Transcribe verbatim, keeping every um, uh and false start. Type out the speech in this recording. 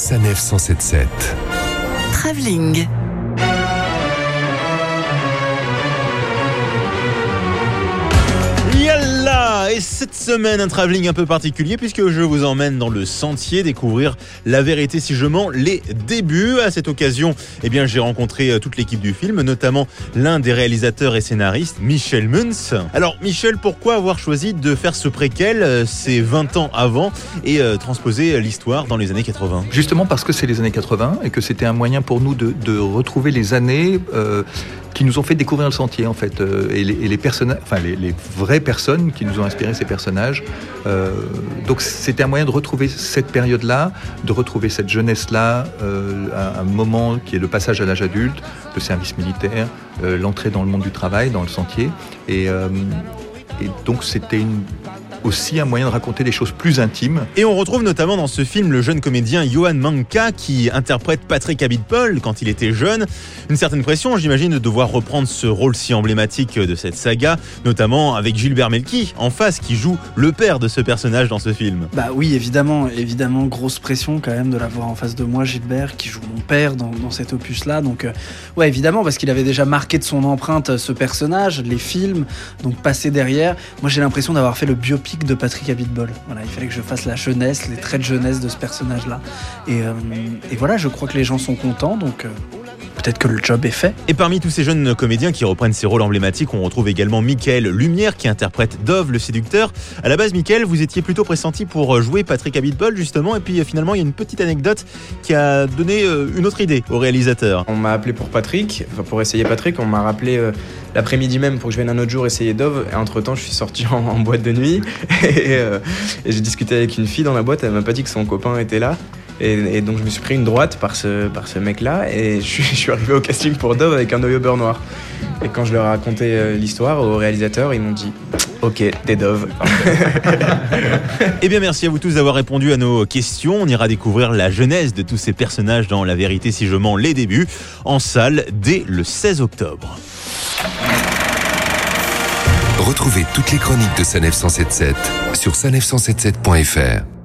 Sanef cent sept sept. Travelling. Yalla! Et cette semaine, un travelling un peu particulier puisque je vous emmène dans le sentier découvrir La vérité si je mens, les débuts. À cette occasion, eh bien, j'ai rencontré toute l'équipe du film, notamment l'un des réalisateurs et scénaristes, Michel Munz. Alors, Michel, pourquoi avoir choisi de faire ce préquel, c'est vingt ans avant, et euh, transposer l'histoire dans les années quatre-vingts? Justement parce que c'est les années quatre-vingts et que c'était un moyen pour nous de, de retrouver les années euh, qui nous ont fait découvrir le sentier, en fait, euh, et les, et les personnages, enfin les, les vraies personnes qui nous ont inspiré ces personnages. Euh, donc c'était un moyen de retrouver cette période-là, de retrouver cette jeunesse-là, euh, un, un moment qui est le passage à l'âge adulte, le service militaire, euh, l'entrée dans le monde du travail, dans le sentier, et, euh, et donc c'était une aussi un moyen de raconter des choses plus intimes. Et on retrouve notamment dans ce film le jeune comédien Johan Manca qui interprète Patrick Abitbol quand il était jeune. Une certaine pression, j'imagine, de devoir reprendre ce rôle si emblématique de cette saga, notamment avec Gilbert Melki en face qui joue le père de ce personnage dans ce film. Bah oui, évidemment, évidemment, grosse pression quand même de l'avoir en face de moi, Gilbert, qui joue mon père dans, dans cet opus-là. Donc euh, ouais, évidemment, parce qu'il avait déjà marqué de son empreinte ce personnage, les films, donc passé derrière. Moi, j'ai l'impression d'avoir fait le biopic de Patrick Abitbol. Voilà, il fallait que je fasse la jeunesse, les traits de jeunesse de ce personnage-là. Et, euh, et voilà, je crois que les gens sont contents, donc euh, peut-être que le job est fait. Et parmi tous ces jeunes comédiens qui reprennent ces rôles emblématiques, on retrouve également Michael Lumière qui interprète Dove le séducteur. À la base, Michael, vous étiez plutôt pressenti pour jouer Patrick Abitbol justement, et puis finalement il y a une petite anecdote qui a donné une autre idée au réalisateur. On m'a appelé pour Patrick, enfin pour essayer Patrick, on m'a rappelé euh, l'après-midi même pour que je vienne un autre jour essayer Dove, et entre temps je suis sorti en, en boîte de nuit et, euh, et j'ai discuté avec une fille dans la boîte, elle m'a pas dit que son copain était là. Et, et donc je me suis pris une droite par ce, par ce mec-là, et je suis, je suis arrivé au casting pour Dove avec un œil au beurre noir. Et quand je leur ai raconté euh, l'histoire au réalisateur, ils m'ont dit « Ok, t'es Dove ». Eh bien merci à vous tous d'avoir répondu à nos questions. On ira découvrir la genèse de tous ces personnages dans La vérité si je mens, les débuts, en salle dès le seize octobre. Retrouvez toutes les chroniques de Sanef cent sept sept sur sanef cent soixante-dix-sept point f r.